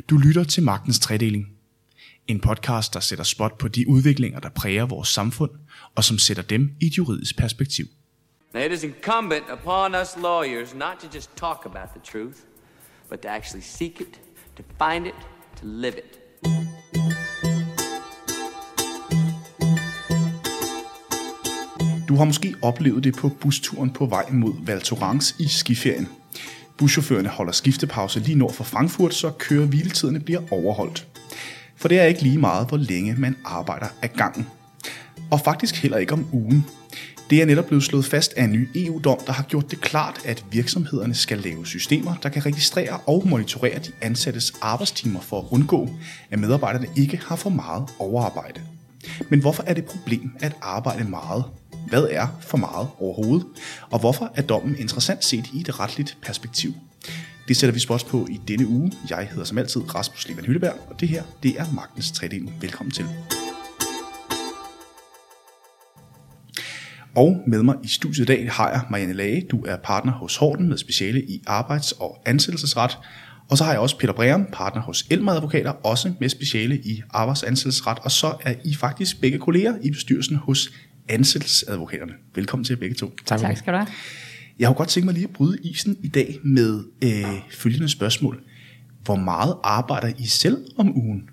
Du lytter til Magtens Tredeling. En podcast, der sætter spot på de udviklinger, der præger vores samfund, og som sætter dem i et juridisk perspektiv. Now, it is incumbent upon us lawyers not to just talk about the truth, but to actually seek it, to find it, to live it. Du har måske oplevet det på busturen på vej mod Val Thorens i skiferien. Buschaufførerne holder skiftepause lige nord for Frankfurt, så køre-hviletiderne bliver overholdt. For det er ikke lige meget, hvor længe man arbejder ad gangen. Og faktisk heller ikke om ugen. Det er netop blevet slået fast af en ny EU-dom, der har gjort det klart, at virksomhederne skal lave systemer, der kan registrere og monitorere de ansattes arbejdstimer for at undgå, at medarbejderne ikke har for meget overarbejde. Men hvorfor er det et problem at arbejde meget? Hvad er for meget overhovedet? Og hvorfor er dommen interessant set i et retligt perspektiv? Det sætter vi spot på i denne uge. Jeg hedder som altid Rasmus Lehmann Hylleberg, og det her, det er Magtens Tredeling. Velkommen til. Og med mig i studiet i dag har jeg Marianne Lage. Du er partner hos Horten med speciale i arbejds- og ansættelsesret. Og så har jeg også Peter Breum, partner hos Elmer Advokater, også med speciale i arbejds- og ansættelsesret. Og så er I faktisk begge kolleger i bestyrelsen hos Ansættelsesadvokaterne. Velkommen til begge to. Tak skal du have. Jeg har godt tænkt mig lige at bryde isen i dag med følgende spørgsmål. Hvor meget arbejder I selv om ugen?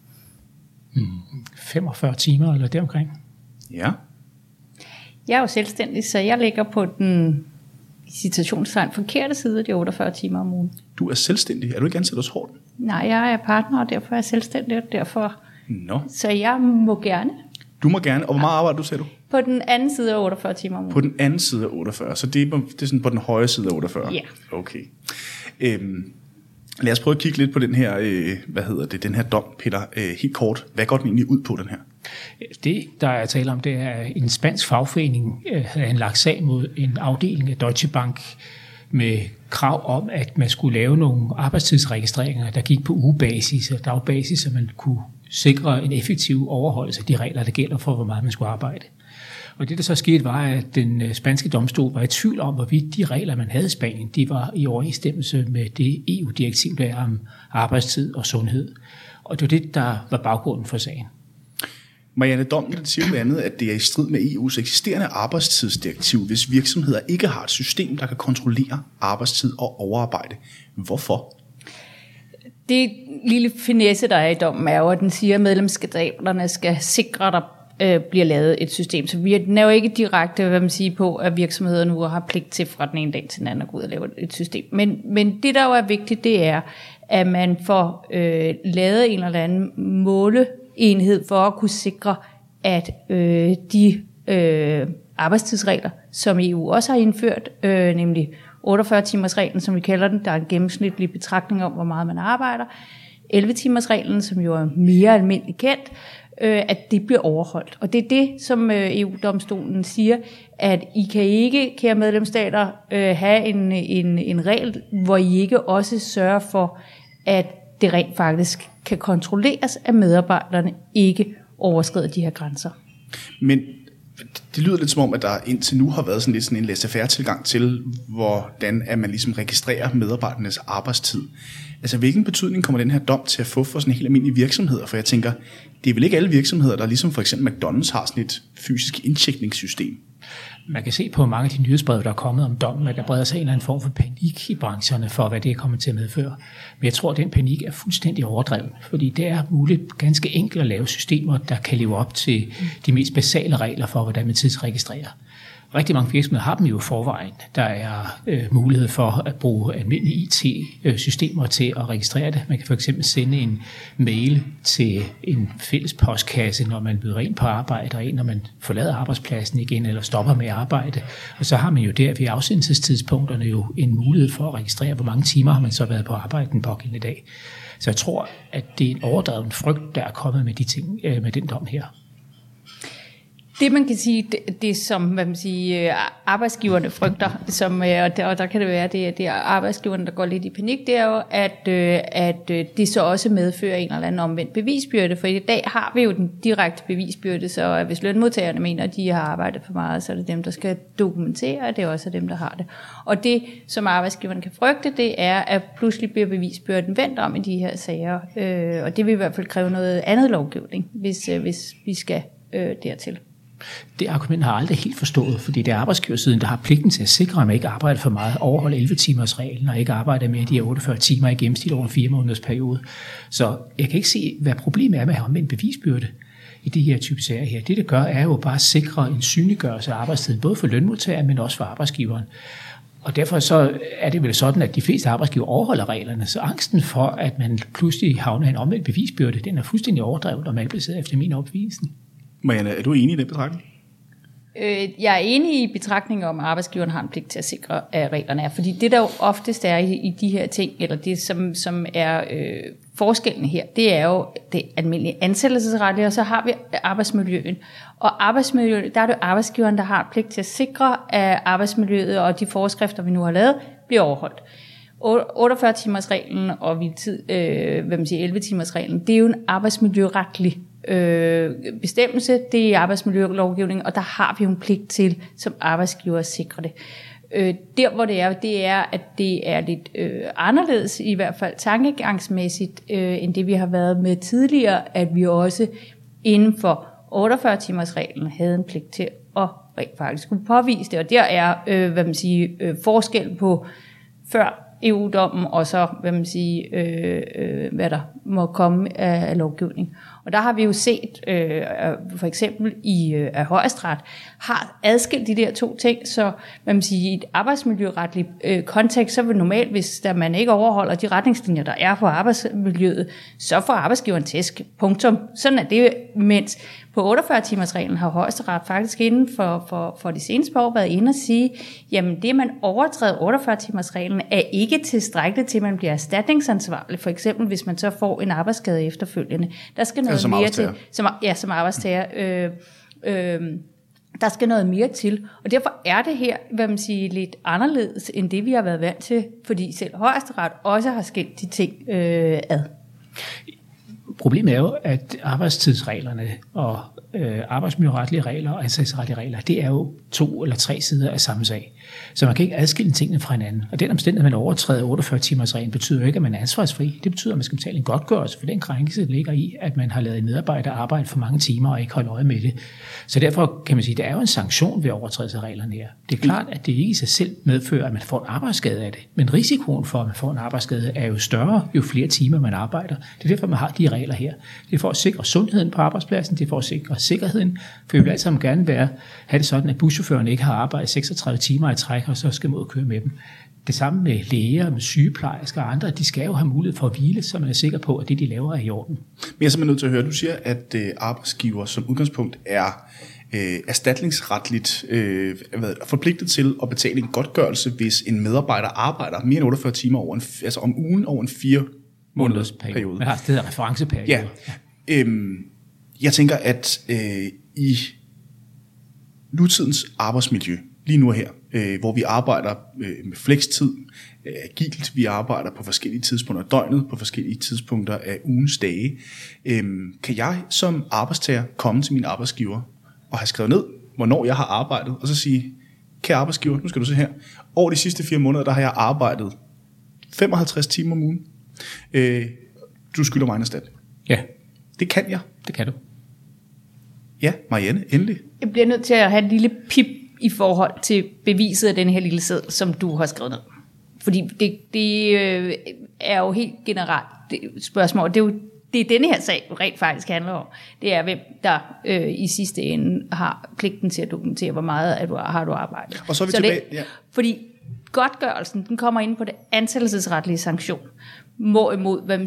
45 timer eller deromkring. Ja. Jeg er jo selvstændig, så jeg ligger på den citationstegn forkerte side af de 48 timer om ugen. Du er selvstændig. Er du ikke ansat hos Horten? Nej, jeg er partner, og derfor er jeg selvstændig, og derfor... Så jeg må gerne. Du må gerne. Og hvor meget arbejder du, sagde du? På den anden side af 48 timer om ugen. På den anden side af 48. Så det er sådan på den højre side af 48? Ja. Okay. Lad os prøve at kigge lidt på den her, den her dom, Peter. Helt kort. Hvad går den egentlig ud på, den her? Det, der er tale om, det er en spansk fagforening, havde anlagt sag mod en afdeling af Deutsche Bank med krav om, at man skulle lave nogle arbejdstidsregistreringer, der gik på ugebasis og dagbasis, så man kunne sikre en effektiv overholdelse af de regler, der gælder for, hvor meget man skulle arbejde. Og det, der så skete, var, at den spanske domstol var i tvivl om, hvorvidt de regler, man havde i Spanien, de var i overensstemmelse med det EU-direktiv, der er om arbejdstid og sundhed. Og det var det, der var baggrunden for sagen. Marianne, dommen siger blandt andet, at det er i strid med EU's eksisterende arbejdstidsdirektiv, hvis virksomheder ikke har et system, der kan kontrollere arbejdstid og overarbejde. Hvorfor? Det lille finesse, der er i dommen, er jo, at den siger, at medlemsstaterne skal sikre, at der bliver lavet et system. Så den er jo ikke direkte på, at virksomheder nu har pligt til fra den ene dag til den anden at gå ud og lave et system. Men det, der jo er vigtigt, det er, at man får lavet en eller anden måleenhed for at kunne sikre, at de arbejdstidsregler, som EU også har indført, nemlig 48-timers-reglen, som vi kalder den, der er en gennemsnitlig betragtning om, hvor meget man arbejder, 11-timers-reglen, som jo er mere almindeligt kendt, at det bliver overholdt. Og det er det, som EU-domstolen siger, at I kan ikke, kære medlemsstater, have en regel, hvor I ikke også sørger for, at det rent faktisk kan kontrolleres, at medarbejderne ikke overskrider de her grænser. Men det lyder lidt som om, at der indtil nu har været sådan en laissez-faire-tilgang til, hvordan at man ligesom registrerer medarbejdernes arbejdstid. Altså, hvilken betydning kommer den her dom til at få for sådan helt almindelige virksomheder? For jeg tænker, det er vel ikke alle virksomheder, der ligesom for eksempel McDonald's har sådan et fysisk indtjekningssystem. Man kan se på mange af de nyhedsbreve, der er kommet om dommen, at der breder sig en eller anden form for panik i brancherne for, hvad det kommer til at medføre. Men jeg tror, at den panik er fuldstændig overdrevet, fordi det er muligt ganske enkelt at lave systemer, der kan leve op til de mest basale regler for, hvordan man tidsregistrerer. Rigtig mange virksomheder har dem jo i forvejen. Der er mulighed for at bruge almindelige IT-systemer til at registrere det. Man kan for eksempel sende en mail til en fælles postkasse, når man byder ind på arbejde, og når man forlader arbejdspladsen igen eller stopper med at arbejde. Og så har man jo der ved afsendelsestidspunkterne jo en mulighed for at registrere, hvor mange timer har man så været på arbejde den pågældende dag. Så jeg tror, at det er en overdreven frygt, der er kommet med de ting, med den dom her. Det man kan sige, det som hvad man siger, arbejdsgiverne frygter, og der kan det være, det er arbejdsgiverne, der går lidt i panik, det er jo, at det så også medfører en eller anden omvendt bevisbyrde, for i dag har vi jo den direkte bevisbyrde, så hvis lønmodtagerne mener, at de har arbejdet for meget, så er det dem, der skal dokumentere, at det er også dem, der har det. Og det, som arbejdsgiverne kan frygte, det er, at pludselig bliver bevisbyrden vendt om i de her sager, og det vil i hvert fald kræve noget andet lovgivning, hvis vi skal dertil. Det argument har jeg aldrig helt forstået, fordi det er arbejdsgiversiden, der har pligten til at sikre, at man ikke arbejder for meget, overholder 11-timers reglen og ikke arbejder mere de her 48 timer i gennemsnit over en 4 måneders periode. Så jeg kan ikke se, hvad problemet er med at have omvendt bevisbyrde i de her type sager her. Det gør, er jo bare at sikre en synliggørelse af arbejdstiden, både for lønmodtagere, men også for arbejdsgiveren. Og derfor så er det vel sådan, at de fleste arbejdsgiver overholder reglerne, så angsten for, at man pludselig havner i en omvendt bevisbyrde, den er fuldstændig overdrevet og malplaceret efter min opvisning. Marianne, er du enig i den betragtning? Jeg er enig i betragtningen om, at arbejdsgiveren har en pligt til at sikre, at reglerne er. Fordi det, der jo oftest er i de her ting, eller det, som er forskellen her, det er jo det almindelige ansættelsesretlige, og så har vi arbejdsmiljøen. Og arbejdsmiljøet, der er det arbejdsgiveren, der har pligt til at sikre, at arbejdsmiljøet og de forskrifter, vi nu har lavet, bliver overholdt. 48-timers reglen og 11-timers reglen, det er jo en arbejdsmiljøretlig bestemmelse, det er arbejdsmiljølovgivningen, og der har vi jo en pligt til som arbejdsgiver at sikre det. Der hvor det er, at det er lidt anderledes, i hvert fald tankegangsmæssigt, end det vi har været med tidligere, at vi også inden for 48-timers reglen havde en pligt til at rent faktisk kunne påvise det, og der er forskel på før EU-dommen, og så, hvad der må komme af lovgivning. Og der har vi jo set, for eksempel i Højesteret, har adskilt de der to ting, så i et arbejdsmiljøretligt kontekst, så vil normalt, hvis man ikke overholder de retningslinjer, der er på arbejdsmiljøet, så får arbejdsgiveren tæsk. Punktum. Sådan er det, mens på 48-timers-reglen har Højesteret faktisk inden for de seneste år været inde og sige, jamen det, man overtræder 48-timers-reglen, er ikke tilstrækkeligt til, at man bliver erstatningsansvarlig. For eksempel, hvis man så får en arbejdsskade efterfølgende. Der skal noget mere til. Som arbejdstager. Der skal noget mere til. Og derfor er det her, lidt anderledes, end det vi har været vant til, fordi selv Højesteret også har skilt de ting ad. Problemet er jo, at arbejdstidsreglerne og arbejdsmiljøretlige regler og ansættelsesretlige regler, det er jo 2 eller 3 sider af samme sag. Så man kan ikke adskille tingene fra hinanden. Og den omstændighed, at man overtræder 48-timers reglen, betyder jo ikke, at man er ansvarsfri. Det betyder, at man skal betale en godtgørelse for den krænkelse, der ligger i, at man har lavet en medarbejder arbejde for mange timer og ikke holdt øje med det. Så derfor kan man sige, at det er jo en sanktion ved overtrædelse af reglerne her. Det er klart, at det ikke i sig selv medfører, at man får en arbejdsskade af det. Men risikoen for, at man får en arbejdsskade, er jo større, jo flere timer man arbejder. Det er derfor, man har de regler her. Det er for at sikre sundheden på arbejdspladsen, det er for at sikre sikkerheden, for vi vil alle sammen gerne have det sådan, at buschaufføren ikke har arbejdet 36 timer i træk, og så skal man ud og køre med dem. Det samme med læger, med sygeplejersker og andre, de skal jo have mulighed for at hvile, så man er sikker på, at det, de laver, er i orden. Men jeg er simpelthen nødt til at høre, du siger, at arbejdsgiver som udgangspunkt er erstatningsretligt forpligtet til at betale en godtgørelse, hvis en medarbejder arbejder mere end 48 timer om ugen over en 4 måneders periode. Man har et sted af referenceperiode. Ja. Jeg tænker, at i nutidens arbejdsmiljø, lige nu her, hvor vi arbejder med flekstid, agilt, vi arbejder på forskellige tidspunkter af døgnet, på forskellige tidspunkter af ugens dage, kan jeg som arbejdstager komme til min arbejdsgiver og have skrevet ned, hvornår jeg har arbejdet, og så sige, kære arbejdsgiver, nu skal du se her, over de sidste 4 måneder, der har jeg arbejdet 55 timer om ugen. Du skylder mig en erstatning. Ja. Det kan jeg. Det kan du. Ja, Marianne, endelig. Jeg bliver nødt til at have et lille pip i forhold til beviset af den her lille seddel, som du har skrevet ned. Fordi det er jo helt generelt spørgsmål. Det er jo det, denne her sag rent faktisk handler om. Det er, hvem der i sidste ende har pligten til at dokumentere, hvor meget har du arbejdet. Og så er vi tilbage. Ja. Fordi godtgørelsen, den kommer ind på det ansættelsesretlige sanktion. Hvorimod,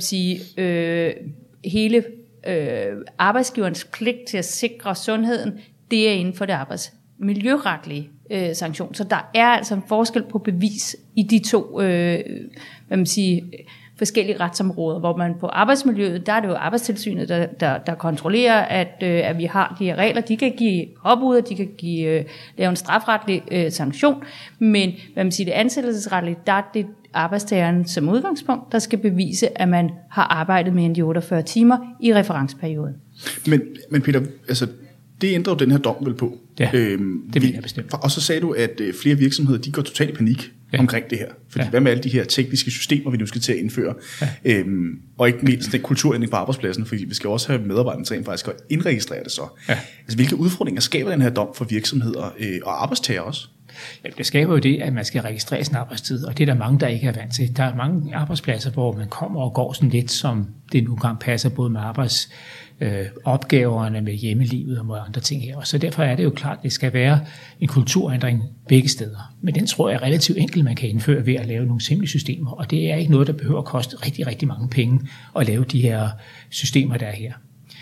hele arbejdsgiverens pligt til at sikre sundheden, det er inden for det arbejdsmiljøretlige sanktion. Så der er altså en forskel på bevis i de to forskellige retsområder, hvor man på arbejdsmiljøet, der er det jo Arbejdstilsynet, der kontrollerer, at vi har de her regler. De kan give påbud, de kan lave en strafretlig sanktion, men hvad man siger, det ansættelsesretlige, der er det arbejdstageren som udgangspunkt, der skal bevise, at man har arbejdet mere end de 48 timer i referenceperioden. Men Peter, altså, det ændrer jo den her dom vel på. Ja, det vil jeg bestemt. Og så sagde du, at flere virksomheder, de går totalt i panik omkring det her. Fordi hvad med alle de her tekniske systemer, vi nu skal til at indføre? Ja. Og ikke mindst den kulturændring på arbejdspladsen, fordi vi skal også have medarbejderne til faktisk at indregistrere det så. Ja. Altså, hvilke udfordringer skaber den her dom for virksomheder og arbejdstager også? Ja, det skaber jo det, at man skal registrere sin arbejdstid, og det er der mange, der ikke er vant til. Der er mange arbejdspladser, hvor man kommer og går sådan lidt, som det nu gang passer både med opgaverne med hjemmelivet og med andre ting her. Og så derfor er det jo klart, at det skal være en kulturændring begge steder. Men den tror jeg er relativt enkel, man kan indføre ved at lave nogle simple systemer, og det er ikke noget, der behøver at koste rigtig, rigtig mange penge at lave de her systemer, der er her.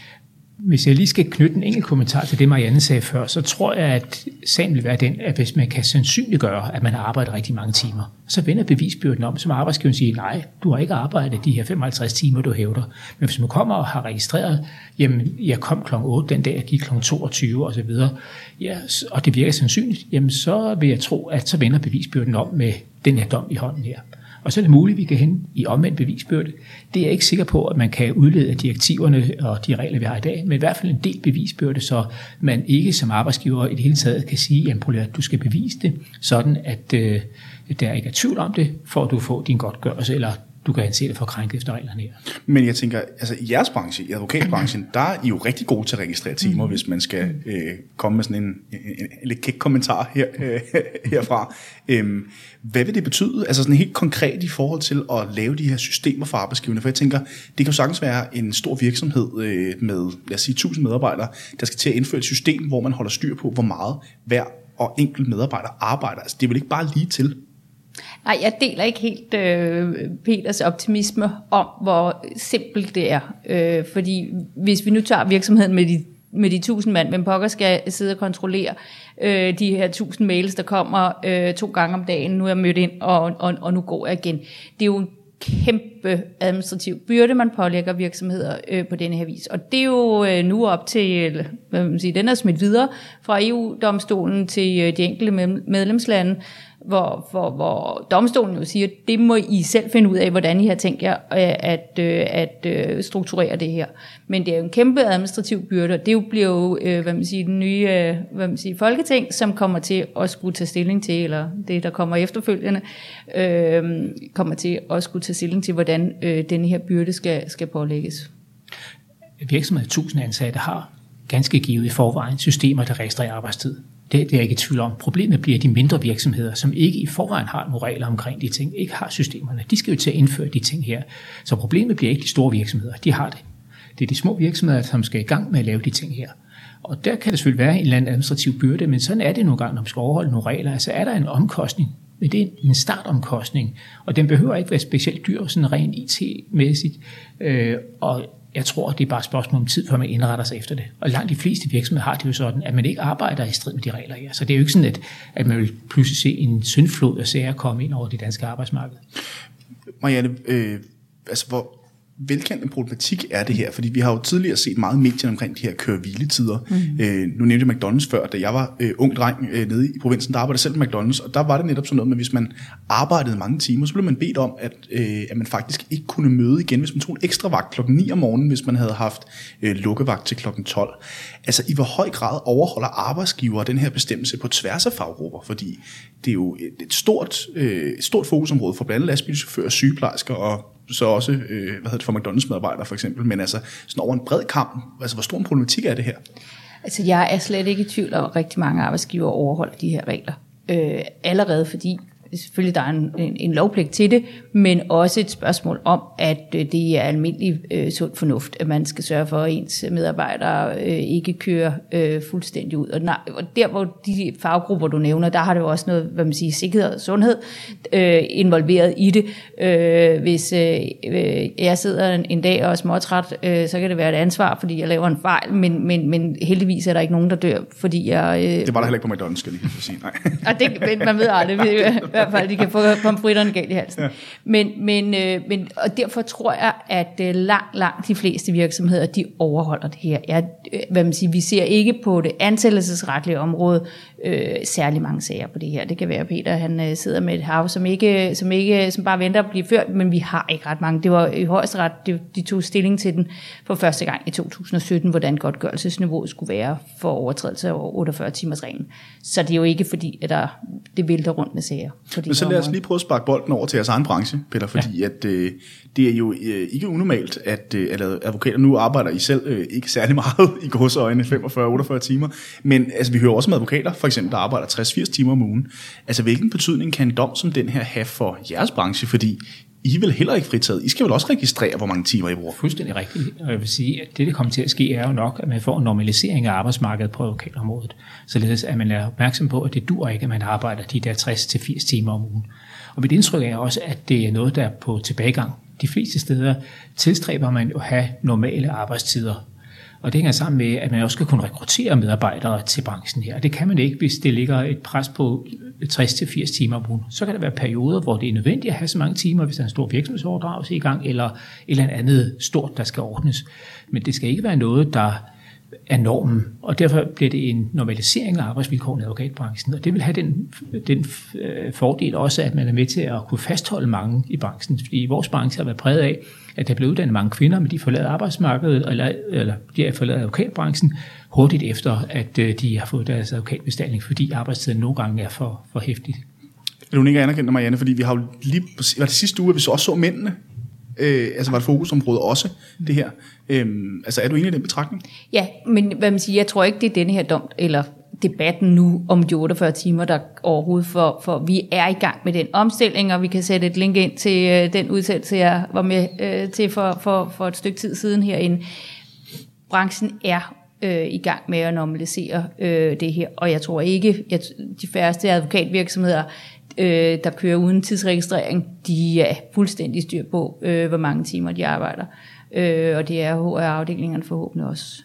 Hvis jeg lige skal knytte en enkelt kommentar til det, Marianne sagde før, så tror jeg, at sagen vil være den, at hvis man kan sandsynliggøre, at man har arbejdet rigtig mange timer, så vender bevisbyrden om, som arbejdsgiveren siger, nej, du har ikke arbejdet de her 55 timer, du hævder. Men hvis man kommer og har registreret, jamen, jeg kom kl. 8 den dag, jeg gik kl. 22 osv., ja, og det virker sandsynligt, jamen, så vil jeg tro, at så vender bevisbyrden om med den her dom i hånden her. Og så er det muligt, at vi kan hen i omvendt bevisbyrde. Det er jeg ikke sikker på, at man kan udlede af direktiverne og de regler, vi har i dag, men i hvert fald en del bevisbyrde, så man ikke som arbejdsgiver i det hele taget kan sige, at du skal bevise det, sådan at der ikke er tvivl om det, for at du får din godtgørelse, eller du kan anse det for krænket efter reglerne her. Men jeg tænker, altså i jeres branche, i advokatbranchen, der er I jo rigtig gode til at registrere timer, hvis man skal komme med sådan en lidt kæk kommentar herfra. Hvad vil det betyde, altså sådan helt konkret i forhold til at lave de her systemer for arbejdsgiverne? For jeg tænker, det kan jo sagtens være en stor virksomhed med, lad os sige, 1000 medarbejdere, der skal til at indføre et system, hvor man holder styr på, hvor meget hver og enkelt medarbejder arbejder. Altså det er vel ikke bare lige til? Nej, jeg deler ikke helt Peters optimisme om, hvor simpelt det er. Fordi hvis vi nu tager virksomheden med de 1000 mand, hvem pokker skal sidde og kontrollere de her 1000 mails, der kommer 2 gange om dagen, nu er jeg mødt ind, og nu går jeg igen. Det er jo en kæmpe administrativ byrde, man pålægger virksomheder på denne her vis. Og det er jo nu op til, hvad man siger, den er smidt videre fra EU-domstolen til de enkelte medlemslande, hvor domstolen jo siger, det må I selv finde ud af, hvordan I har tænkt jer at strukturere det her. Men det er jo en kæmpe administrativ byrde, og det bliver jo den nye Folketing, som kommer til at skulle tage stilling til, eller det, der kommer efterfølgende, kommer til at skulle tage stilling til, hvordan denne her byrde skal pålægges. Virksomheder 1000 ansatte har ganske givet i forvejen systemer, der registrerer arbejdstid. Det er jeg ikke i tvivl om. Problemet bliver de mindre virksomheder, som ikke i forvejen har nogle regler omkring de ting, ikke har systemerne. De skal jo til at indføre de ting her. Så problemet bliver ikke de store virksomheder. De har det. Det er de små virksomheder, som skal i gang med at lave de ting her. Og der kan det selvfølgelig være en eller anden administrativ byrde, men sådan er det nogle gange, når man skal overholde nogle regler. Altså er der en omkostning, men det er en startomkostning, og den behøver ikke være specielt dyr, sådan rent IT-mæssigt, og jeg tror, det er bare et spørgsmål om tid, før man indretter sig efter det. Og langt de fleste virksomheder har det jo sådan, at man ikke arbejder i strid med de regler her. Så det er jo ikke sådan, at man vil pludselig se en syndflod af sager komme ind over det danske arbejdsmarked. Marianne, altså hvor velkendt en problematik er det her? Fordi vi har jo tidligere set meget medier omkring de her køre-hviletider. Nu nævnte jeg McDonald's før, da jeg var ung dreng nede i provinsen, der arbejdede selv med McDonald's, og der var det netop sådan noget med, hvis man arbejdede mange timer, så blev man bedt om, at man faktisk ikke kunne møde igen, hvis man tog en ekstra vagt klokken 9 om morgenen, hvis man havde haft lukkevagt til klokken 12. Altså i hvor høj grad overholder arbejdsgivere den her bestemmelse på tværs af faggrupper? Fordi det er jo et stort fokusområde for blandt andet lastbilchauffører, sygeplejersker og så også for McDonald's-medarbejdere for eksempel, men altså sådan over en bred kamp, altså hvor stor en problematik er det her? Altså jeg er slet ikke i tvivl om, at rigtig mange arbejdsgivere overholder de her regler. Allerede fordi selvfølgelig der er en lovpligt til det, men også et spørgsmål om, at det er almindelig sund fornuft, at man skal sørge for, at ens medarbejdere ikke kører fuldstændig ud. Og der, hvor de faggrupper, du nævner, der har det jo også noget, hvad man siger, sikkerhed og sundhed involveret i det. Hvis jeg sidder en dag og er småtræt, så kan det være et ansvar, fordi jeg laver en fejl, men heldigvis er der ikke nogen, der dør, fordi jeg... Det var der heller ikke på McDonald's, skal jeg lige sige. Nej. Og det, man ved aldrig, hvert fald, de kan få pomfritterne galt i halsen. Ja. Men og derfor tror jeg, at langt de fleste virksomheder, de overholder det her. Vi ser ikke på det ansættelsesretlige område særlig mange sager på det her. Det kan være, Peter, han sidder med et hav, som bare venter at blive ført, men vi har ikke ret mange. Det var i Højesteret, de tog stilling til den for første gang i 2017, hvordan godtgørelsesniveauet skulle være for overtrædelse af 48-timers-reglen. Så det er jo ikke fordi, at det vælter rundt med sager. Men så lad os lige prøve at sparke bolden over til jeres egen branche, Peter, fordi at det er jo ikke unormalt, at advokater nu arbejder I selv ikke særlig meget i gåseøjne, 45-48 timer, men altså, vi hører også om advokater, for eksempel, der arbejder 60-80 timer om ugen. Altså, hvilken betydning kan en dom som den her have for jeres branche, fordi I er vel heller ikke fritaget. I skal vel også registrere, hvor mange timer I bruger. Fuldstændig rigtigt. Og jeg vil sige, at det kommer til at ske, er jo nok, at man får en normalisering af arbejdsmarkedet på advokatområdet. Således at man er opmærksom på, at det dur ikke, at man arbejder de der 60-80 timer om ugen. Og mit indtryk er også, at det er noget, der er på tilbagegang. De fleste steder tilstræber man jo at have normale arbejdstider. Og det hænger sammen med, at man også skal kunne rekruttere medarbejdere til branchen her. Og det kan man ikke, hvis det ligger et pres på 60-80 timer om ugen. Så kan der være perioder, hvor det er nødvendigt at have så mange timer, hvis der er en stor virksomhedsoverdragelse i gang, eller et eller andet stort, der skal ordnes. Men det skal ikke være noget, der er normen, og derfor bliver det en normalisering af arbejdsvilkårene i advokatbranchen, og det vil have den fordel også, at man er med til at kunne fastholde mange i branchen, fordi vores branche har været præget af, at der blev uddannet mange kvinder, men de forlader arbejdsmarkedet, eller de har forladet advokatbranchen hurtigt efter, at de har fået deres advokatbestalling, fordi arbejdstiden nogle gange er for hæftig. Er du ikke anerkendt, Marianne, fordi vi har jo lige, var det sidste uge, at vi også så mændene, altså var det fokusområde også det her. Altså er du enig i den betragtning? Ja, men hvad man siger, jeg tror ikke, det er denne her dom, eller debatten nu om de 48 timer, der overhovedet for vi er i gang med den omstilling, og vi kan sætte et link ind til den udsendelse, jeg var med til for et stykke tid siden herinde. Branchen er i gang med at normalisere det her, og jeg tror ikke, at de færreste advokatvirksomheder, der kører uden tidsregistrering, de er fuldstændig styr på, hvor mange timer de arbejder. Og det er HR-afdelingerne forhåbentlig også.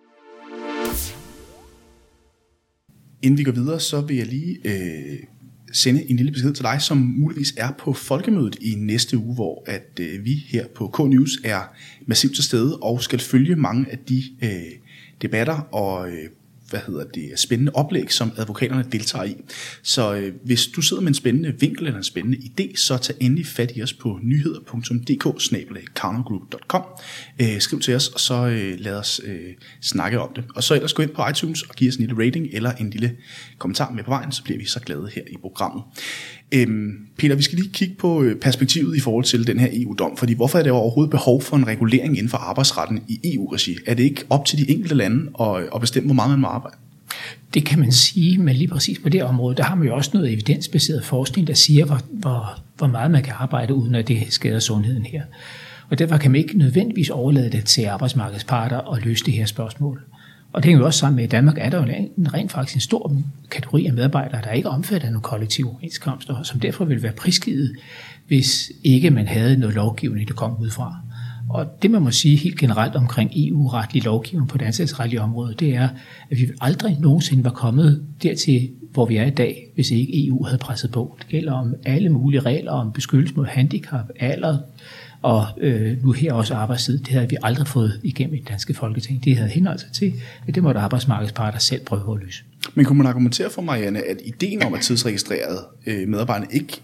Inden vi går videre, så vil jeg lige sende en lille besked til dig, som muligvis er på folkemødet i næste uge, hvor at vi her på K-News er massivt til stede og skal følge mange af de debatter og spændende oplæg, som advokaterne deltager i. Så hvis du sidder med en spændende vinkel eller en spændende idé, så tag endelig fat i os på nyheder.dk/countergroup.com. Skriv til os, og så lad os snakke om det. Og så ellers gå ind på iTunes og giv os en lille rating eller en lille kommentar med på vejen, så bliver vi så glade her i programmet. Peter, vi skal lige kigge på perspektivet i forhold til den her EU-dom, fordi hvorfor er der overhovedet behov for en regulering inden for arbejdsretten i EU-regi? Er det ikke op til de enkelte lande at bestemme, hvor meget man må arbejde? Det kan man sige, men lige præcis på det område, der har man jo også noget evidensbaseret forskning, der siger, hvor meget man kan arbejde, uden at det skader sundheden her. Og derfor kan man ikke nødvendigvis overlade det til arbejdsmarkedsparter at løse det her spørgsmål. Og det hænger jo også sammen med, at i Danmark er der jo rent faktisk en stor kategori af medarbejdere, der ikke omfatter nogle kollektive overenskomster, som derfor ville være prisgivet, hvis ikke man havde noget lovgivning, der kom udefra. Og det man må sige helt generelt omkring EU-retlig lovgivning på det ansættelsesretlige område, det er, at vi aldrig nogensinde var kommet dertil, hvor vi er i dag, hvis ikke EU havde presset på. Det gælder om alle mulige regler om beskyttelse mod handicap, alder, og nu her også arbejdstid. Det havde vi aldrig fået igennem i det danske Folketing. Det havde henholdt sig til, at det måtte arbejdsmarkedsparter selv prøve at løse. Men kunne man argumentere for, Marianne, at ideen om at tidsregistrerede medarbejdere ikke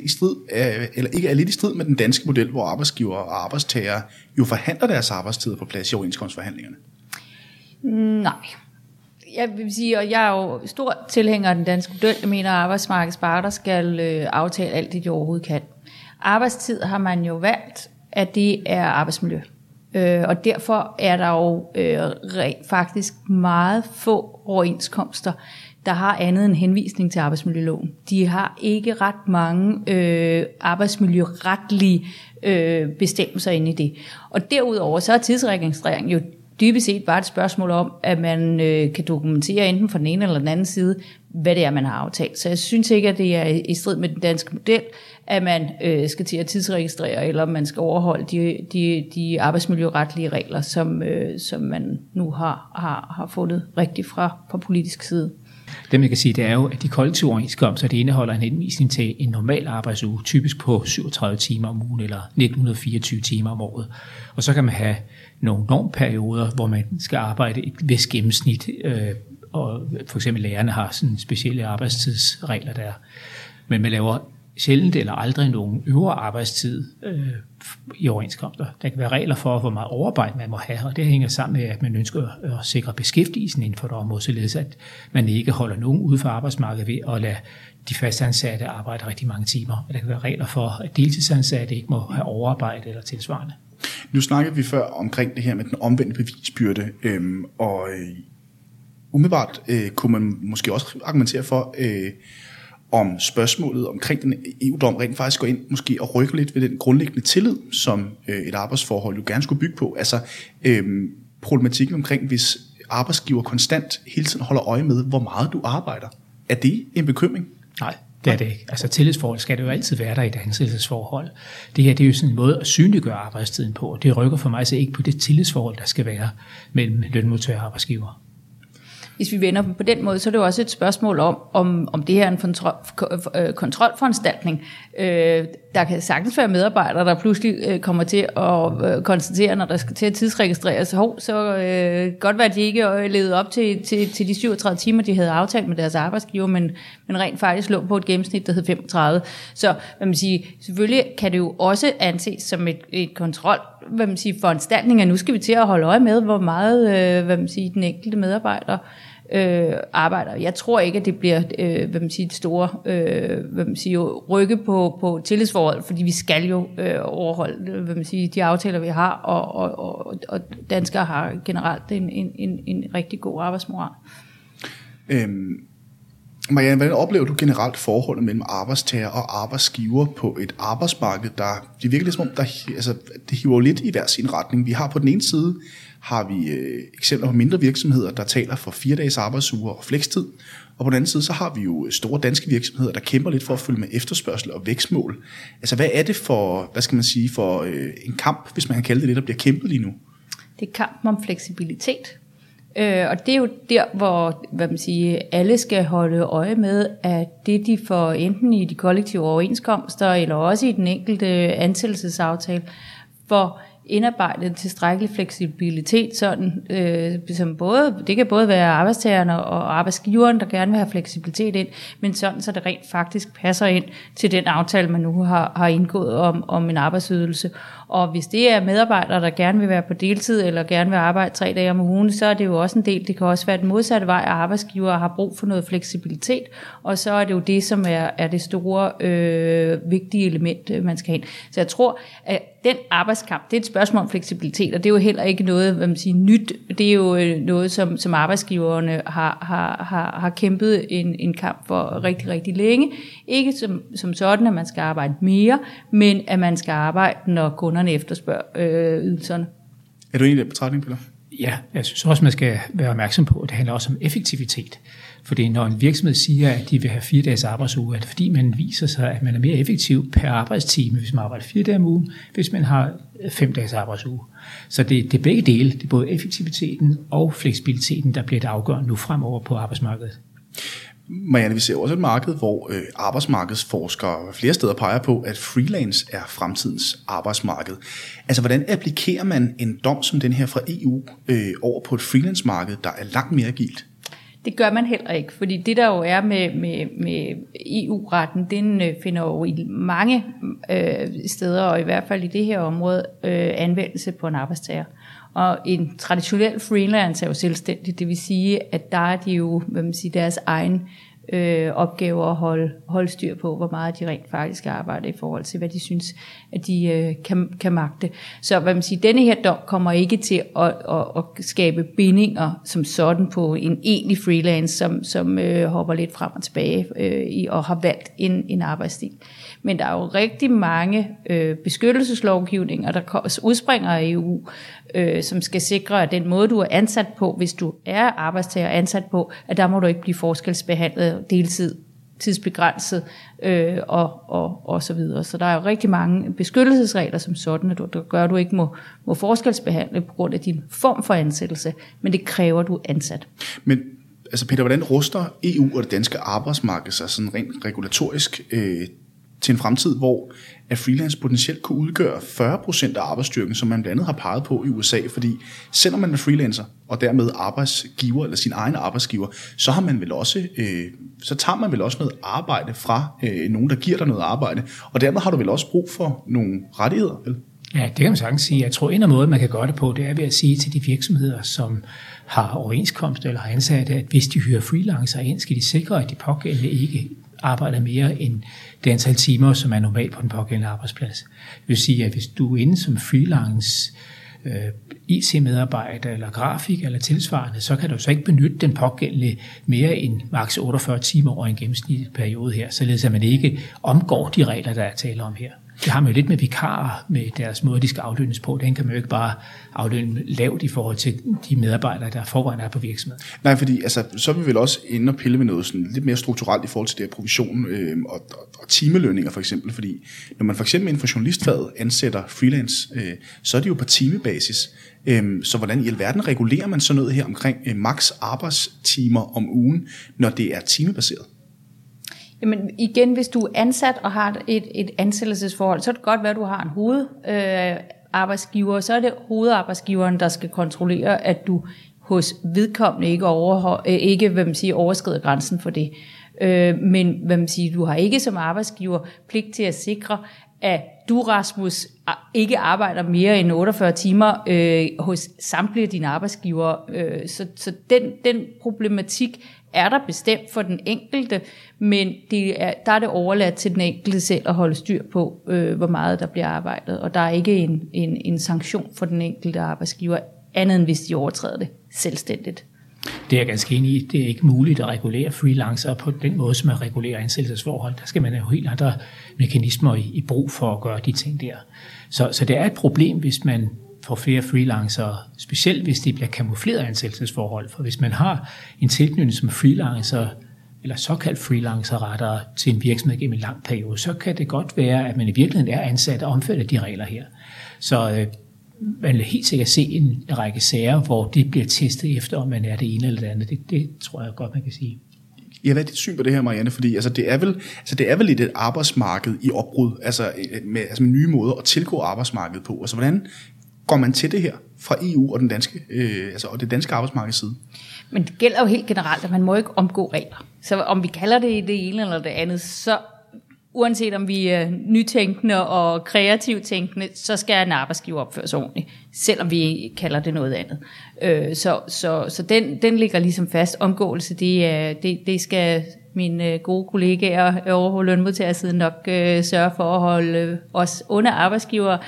er lidt i strid med den danske model, hvor arbejdsgivere og arbejdstagere jo forhandler deres arbejdstider på plads i overenskomstforhandlingerne? Nej. Jeg vil sige, og jeg er jo stor tilhænger af den danske model. Jeg mener, at arbejdsmarkedsparter skal aftale alt det, de overhovedet kan. Arbejdstid har man jo valgt, at det er arbejdsmiljø. Og derfor er der jo faktisk meget få overenskomster, der har andet end henvisning til arbejdsmiljøloven. De har ikke ret mange arbejdsmiljøretlige bestemmelser inde i det. Og derudover så er tidsregistrering jo dybest set bare et spørgsmål om, at man kan dokumentere enten fra den ene eller den anden side, hvad det er, man har aftalt. Så jeg synes ikke, at det er i strid med den danske model, at man skal til at tidsregistrere, eller man skal overholde de arbejdsmiljøretlige regler, som man nu har fundet rigtigt fra politisk side. Det man kan sige, det er jo, at de kollektive overenskomster, det indeholder en henvisning til en normal arbejdsuge, typisk på 37 timer om ugen eller 1924 timer om året. Og så kan man have nogle normperioder, hvor man skal arbejde et vist gennemsnit, og for eksempel lærerne har sådan specielle arbejdstidsregler der. Men man laver sjældent eller aldrig nogen øvre arbejdstid i overenskomster. Der kan være regler for, hvor meget overarbejde man må have, og det hænger sammen med, at man ønsker at sikre beskæftigelsen inden for et område, således at man ikke holder nogen ude for arbejdsmarkedet ved at lade de fastansatte arbejde rigtig mange timer. Og der kan være regler for, at deltidsansatte ikke må have overarbejde eller tilsvarende. Nu snakkede vi før omkring det her med den omvendte bevisbyrde, umiddelbart kunne man måske også argumentere for, om spørgsmålet omkring den EU-dom rent faktisk går ind måske og rykker lidt ved den grundlæggende tillid, som et arbejdsforhold jo gerne skulle bygge på. Altså problematikken omkring, hvis arbejdsgiver konstant hele tiden holder øje med, hvor meget du arbejder. Er det en bekymring? Nej, det er det ikke. Altså tillidsforhold skal det jo altid være der i et ansættelsesforhold. Det her det er jo sådan en måde at synliggøre arbejdstiden på, og det rykker for mig så ikke på det tillidsforhold, der skal være mellem lønmodtager og arbejdsgiver. Hvis vi vender på den måde, så er det jo også et spørgsmål om det her er en kontrolforanstaltning. Der kan sagtens være medarbejdere, der pludselig kommer til at konstatere, når der skal til at tidsregistreres, så godt være, at de ikke levede op til de 37 timer, de havde aftalt med deres arbejdsgiver, men rent faktisk lå på et gennemsnit, der hed 35. Så hvad man siger, selvfølgelig kan det jo også anses som et kontrol, hvad man siger, foranstaltninger. Nu skal vi til at holde øje med, hvor meget hvad man siger, den enkelte medarbejder arbejder. Jeg tror ikke, at det bliver hvad man siger, det store hvad man siger, rykke på tillidsforhold, fordi vi skal jo overholde hvad man siger, de aftaler, vi har, og danskere har generelt en rigtig god arbejdsmoral. Marianne, hvordan oplever du generelt forholdet mellem arbejdstager og arbejdsgiver på et arbejdsmarked, det virker lidt som om, det hiver lidt i hver sin retning. Vi har på den ene side, har vi eksempler på mindre virksomheder, der taler for 4 dages arbejdsuger og flekstid, og på den anden side, så har vi jo store danske virksomheder, der kæmper lidt for at følge med efterspørgsel og vækstmål. Altså, hvad er det for, hvad skal man sige, for en kamp, hvis man kan kalde det, der bliver kæmpet lige nu? Det er kampen om fleksibilitet. Og det er jo der, hvor hvad man siger, alle skal holde øje med, at det de får enten i de kollektive overenskomster, eller også i den enkelte ansættelsesaftale, for indarbejdet tilstrækkelig fleksibilitet, sådan, som det kan både være arbejdstagerne og arbejdsgiveren, der gerne vil have fleksibilitet ind, men sådan, så det rent faktisk passer ind til den aftale, man nu har indgået om en arbejdsydelse. Og hvis det er medarbejdere, der gerne vil være på deltid, eller gerne vil arbejde 3 dage om ugen, så er det jo også en del, det kan også være den modsatte vej, at arbejdsgivere har brug for noget fleksibilitet, og så er det jo det, som er det store, vigtige element, man skal have. Så jeg tror, at den arbejdskamp, det er et spørgsmål om fleksibilitet, og det er jo heller ikke noget, hvad man siger, nyt. Det er jo noget, som arbejdsgiverne har kæmpet en kamp for rigtig, rigtig længe. Ikke som sådan, at man skal arbejde mere, men at man skal arbejde, når kunderne efterspørger ydelserne. Er du enig i den betragtning, Peter? Ja, jeg synes også, man skal være opmærksom på, at det handler også om effektivitet. Fordi når en virksomhed siger, at de vil have 4 dages arbejdsuge, er det fordi, man viser sig, at man er mere effektiv per arbejdstime, hvis man arbejder 4 dage om ugen, hvis man har 5 dages arbejdsuge. Så det er begge dele. Det er både effektiviteten og fleksibiliteten, der bliver det afgørende nu fremover på arbejdsmarkedet. Marianne, vi ser også et marked, hvor arbejdsmarkedsforskere flere steder peger på, at freelance er fremtidens arbejdsmarked. Altså, hvordan applikerer man en dom som den her fra EU over på et freelance-marked, der er langt mere agilt? Det gør man heller ikke, fordi det der jo er med EU-retten, den finder jo i mange steder, og i hvert fald i det her område, anvendelse på en arbejdstager. Og en traditionel freelance er jo selvstændig, det vil sige, at der er de jo, hvad man siger, deres egen opgaver at holde styr på, hvor meget de rent faktisk skal arbejde i forhold til, hvad de synes, at de kan magte. Så hvad man siger, denne her dom kommer ikke til at skabe bindinger som sådan på en egentlig freelance, som hopper lidt frem og tilbage og har valgt en arbejdsstil. Men der er jo rigtig mange beskyttelseslovgivninger, der udspringer af EU, som skal sikre, at den måde, du er ansat på, hvis du er arbejdstager ansat på, at der må du ikke blive forskelsbehandlet deltid, tidsbegrænset og så videre. Så der er jo rigtig mange beskyttelsesregler som sådan, at der gør, at du ikke må forskelsbehandle på grund af din form for ansættelse, men det kræver, at du er ansat. Men altså Peter, hvordan ruster EU og det danske arbejdsmarked sig sådan rent regulatorisk til en fremtid, hvor at freelance potentielt kunne udgøre 40% af arbejdsstyrken, som man blandt andet har peget på i USA, fordi selvom man er freelancer, og dermed arbejdsgiver, eller sin egen arbejdsgiver, så har man vel også, så tager man vel også noget arbejde fra nogen, der giver dig noget arbejde, og dermed har du vel også brug for nogle rettigheder, vel? Ja, det kan man sagtens sige. Jeg tror, en af måden, man kan gøre det på, det er ved at sige til de virksomheder, som har overenskomst eller har ansatte, at hvis de hyrer freelancer ind, skal de sikre, at de pågældende ikke arbejder mere end det antal timer, som er normalt på den pågældende arbejdsplads. Det vil sige, at hvis du er inde som freelance IT-medarbejder eller grafiker eller tilsvarende, så kan du så ikke benytte den pågældende mere end maks 48 timer over en gennemsnitlig periode her, således at man ikke omgår de regler, der er tale om her. Det har man jo lidt med vikarer, med deres måde, de skal aflønnes på. Den kan man jo ikke bare aflønne lavt i forhold til de medarbejdere, der forvejen er på virksomheden. Nej, fordi altså, så vil vi vel også inde og pille med noget sådan lidt mere strukturelt i forhold til det her provision og timelønninger for eksempel. Fordi når man for eksempel inden for journalistfaget ansætter freelance, så er det jo på timebasis. Så hvordan i alverden regulerer man sådan noget her omkring maks arbejdstimer om ugen, når det er timebaseret? Jamen igen, hvis du er ansat og har et ansættelsesforhold, så er det godt være, at du har en hovedarbejdsgiver, så er det hovedarbejdsgiveren, der skal kontrollere, at du hos vedkommende ikke overskrider grænsen for det. Men du har ikke som arbejdsgiver pligt til at sikre, at du, Rasmus, ikke arbejder mere end 48 timer hos samtlige dine arbejdsgivere. Så den problematik er der bestemt for den enkelte, men der er det overladt til den enkelte selv at holde styr på, hvor meget der bliver arbejdet. Og der er ikke en sanktion for den enkelte arbejdsgiver, andet end hvis de overtræder det selvstændigt. Det er jeg ganske enig i. Det er ikke muligt at regulere freelancer på den måde, som man regulerer ansættelsesforhold. Der skal man have helt andre mekanismer i brug for at gøre de ting der. Så det er et problem, hvis man får flere freelancer, specielt hvis det bliver kamufleret ansættelsesforhold. For hvis man har en tilknytning som freelancer, eller såkaldt freelancer-retter til en virksomhed gennem en lang periode, så kan det godt være, at man i virkeligheden er ansat og omfatter de regler her. Så man vil helt sikkert se en række sager, hvor det bliver testet efter, om man er det ene eller det andet. Det tror jeg godt, man kan sige. Ja, hvad er dit syn på det her, Marianne? Fordi altså, det er vel et arbejdsmarked i opbrud, med nye måder at tilgå arbejdsmarkedet på. Altså, hvordan går man til det her fra EU og den danske, og det danske arbejdsmarkeds side? Men det gælder jo helt generelt, at man må ikke omgå regler. Så om vi kalder det det ene eller det andet, så uanset om vi er nytænkende og kreativt tænkende, så skal en arbejdsgiver opføre sig ordentligt, selvom vi kalder det noget andet. Så den ligger ligesom fast. Omgåelse, det skal mine gode kollegaer over på lønmodtagersiden nok sørge for at holde os under arbejdsgiver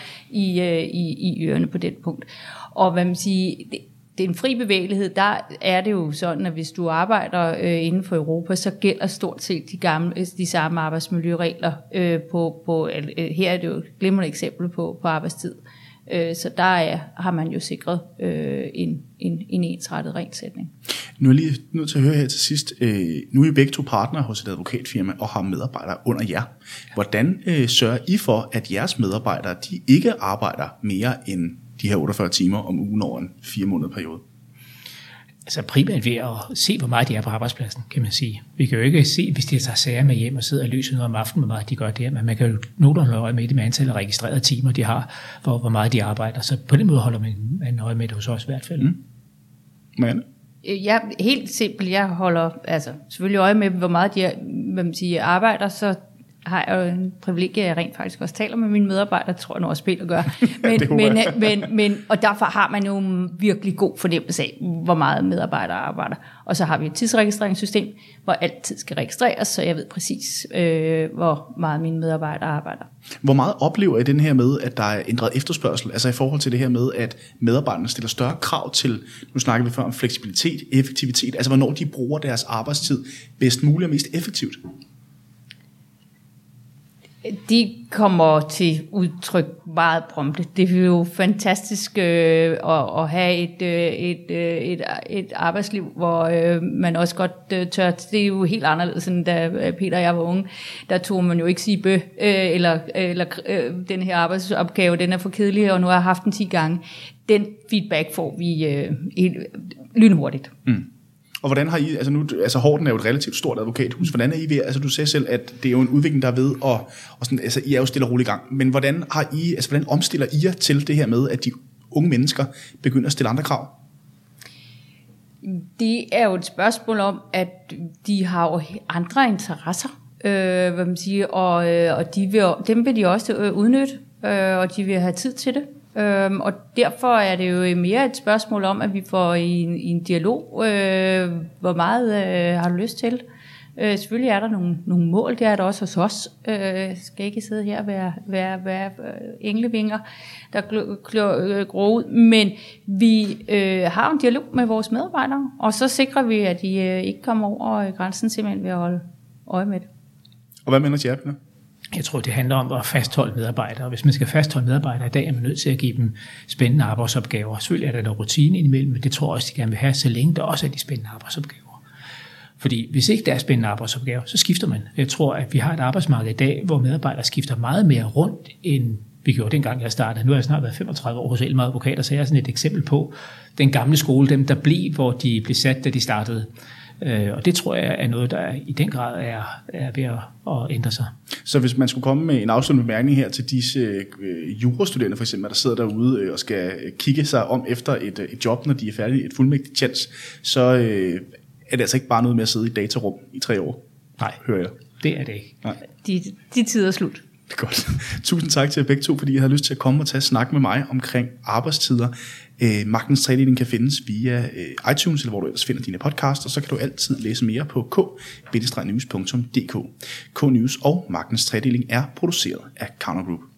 i ørerne på den punkt. Og hvad man siger, det er en fri bevægelighed, der er det jo sådan, at hvis du arbejder inden for Europa, så gælder stort set de samme arbejdsmiljøregler. Her er det jo et glimrende eksempel på arbejdstid. Så der har man jo sikret en ensrettet regelsætning. Nu er jeg lige nødt til at høre her til sidst. Nu er I begge to partnere hos et advokatfirma og har medarbejdere under jer. Hvordan sørger I for, at jeres medarbejdere de ikke arbejder mere end de her 48 timer om ugen over en 4 måneder periode? Altså primært ved at se, hvor meget de er på arbejdspladsen, kan man sige. Vi kan jo ikke se, hvis de tager sager med hjem og sidder og løser noget om aftenen, hvor meget de gør det, men man kan jo nogenlunde holde øje med det med antallet af registrerede timer, de har, hvor meget de arbejder. Så på den måde holder man øje med det hos os i hvert fald. Men ja, helt simpelt. Jeg holder selvfølgelig øje med, hvor meget de arbejder, så har jeg jo en privilegie, at jeg rent faktisk også taler med mine medarbejdere, tror jeg nu også spil at gøre. Men og derfor har man jo en virkelig god fornemmelse af, hvor meget medarbejdere arbejder. Og så har vi et tidsregistreringssystem, hvor altid skal registreres, så jeg ved præcis, hvor meget mine medarbejdere arbejder. Hvor meget oplever I den her med, at der er ændret efterspørgsel, altså i forhold til det her med, at medarbejderne stiller større krav til, nu snakker vi før om fleksibilitet, effektivitet, altså hvornår de bruger deres arbejdstid bedst muligt og mest effektivt? De kommer til udtryk meget prompte. Det er jo fantastisk at have et arbejdsliv, hvor man også godt tør. Det er jo helt anderledes, end da Peter og jeg var unge. Der tog man jo ikke sige bøh, eller den her arbejdsopgave, den er for kedelig, og nu har jeg haft den 10 gange. Den feedback får vi lynhurtigt. Og hvordan har I, altså Horten er jo et relativt stort advokathus, hvordan er I ved, altså du sagde selv, at det er jo en udvikling, der er ved, og sådan, altså I er jo stille og roligt i gang, men hvordan omstiller I jer til det her med, at de unge mennesker begynder at stille andre krav? Det er jo et spørgsmål om, at de har jo andre interesser, hvad man siger, og dem vil de også udnytte, og de vil have tid til det. Og derfor er det jo mere et spørgsmål om, at vi får i en dialog, hvor meget har du lyst til. Selvfølgelig er der nogle mål, det er der også hos os. Skal ikke sidde her og være englevinger, der gror ud. Men vi har en dialog med vores medarbejdere, og så sikrer vi, at de ikke kommer over grænsen simpelthen ved at holde øje med det. Og hvad mener Tjerpene? Jeg tror, det handler om at fastholde medarbejdere. Hvis man skal fastholde medarbejdere i dag, er man nødt til at give dem spændende arbejdsopgaver. Selvfølgelig er der noget rutine indimellem, men det tror jeg også, de gerne vil have, så længe der også er de spændende arbejdsopgaver. Fordi hvis ikke der er spændende arbejdsopgaver, så skifter man. Jeg tror, at vi har et arbejdsmarked i dag, hvor medarbejdere skifter meget mere rundt, end vi gjorde dengang jeg startede. Nu har jeg snart været 35 år hos Elmer Advokater, så jeg er sådan et eksempel på den gamle skole, dem der blev, hvor de blev sat, da de startede. Og det tror jeg er noget, der i den grad er ved at ændre sig. Så hvis man skulle komme med en afsluttende bemærkning her til disse jurastuderende for eksempel, der sidder derude og skal kigge sig om efter et job, når de er færdige, et fuldmægtigt tjans, så er det altså ikke bare noget med at sidde i datarum i 3 år? Nej, hører jeg. Det er det ikke. Nej. De tider er slut. Det er godt. Tusind tak til jer begge to, fordi I havde lyst til at komme og tage snak med mig omkring arbejdstider. Magtens Tredeling kan findes via iTunes, eller hvor du ellers finder dine podcasts, og så kan du altid læse mere på k-news.dk. K-News og Magtens Tredeling er produceret af Counter Group.